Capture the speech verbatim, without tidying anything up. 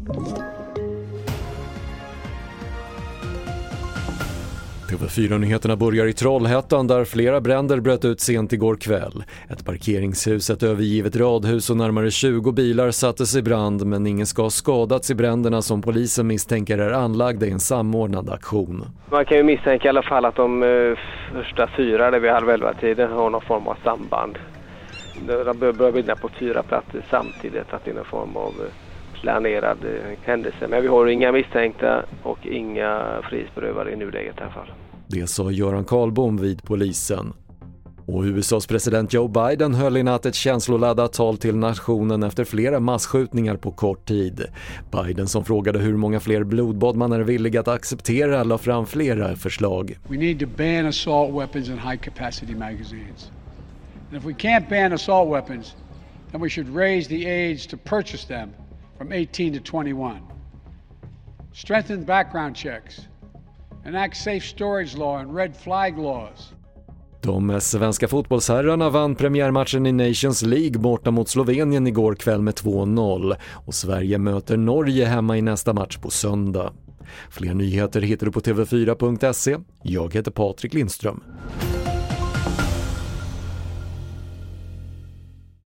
T V fyra-nyheterna börjar i Trollhättan där flera bränder bröt ut sent igår kväll. Ett parkeringshus, ett övergivet radhus och närmare tjugo bilar sattes i brand, men ingen ska ha skadats i bränderna som polisen misstänker är anlagda i en samordnad aktion. Man kan ju misstänka i alla fall att de eh, första fyra där vid halv elva tiden har någon form av samband. De börjar brinna på fyra platser samtidigt, att det är någon form av planerad eh, händelse. Men vi har inga misstänkta och inga frihetsberövade i nuläget i alla fall. Det sa Göran Karlbom vid polisen. Och U S A:s president Joe Biden höll i natt ett känsloladdat tal till nationen efter flera massskjutningar på kort tid. Biden, som frågade hur många fler blodbad man är villig att acceptera, la fram flera förslag. We need to ban assault weapons and high capacity magazines. And if we can't ban assault weapons, then we should raise the age to purchase them from eighteen to twenty-one. Strengthen background checks. Enact safe storage law and red flag laws. De svenska fotbollsherrarna vann premiärmatchen i Nations League borta mot Slovenien igår kväll med två noll och Sverige möter Norge hemma i nästa match på söndag. Fler nyheter hittar du på t v fyra punkt se. Jag heter Patrik Lindström.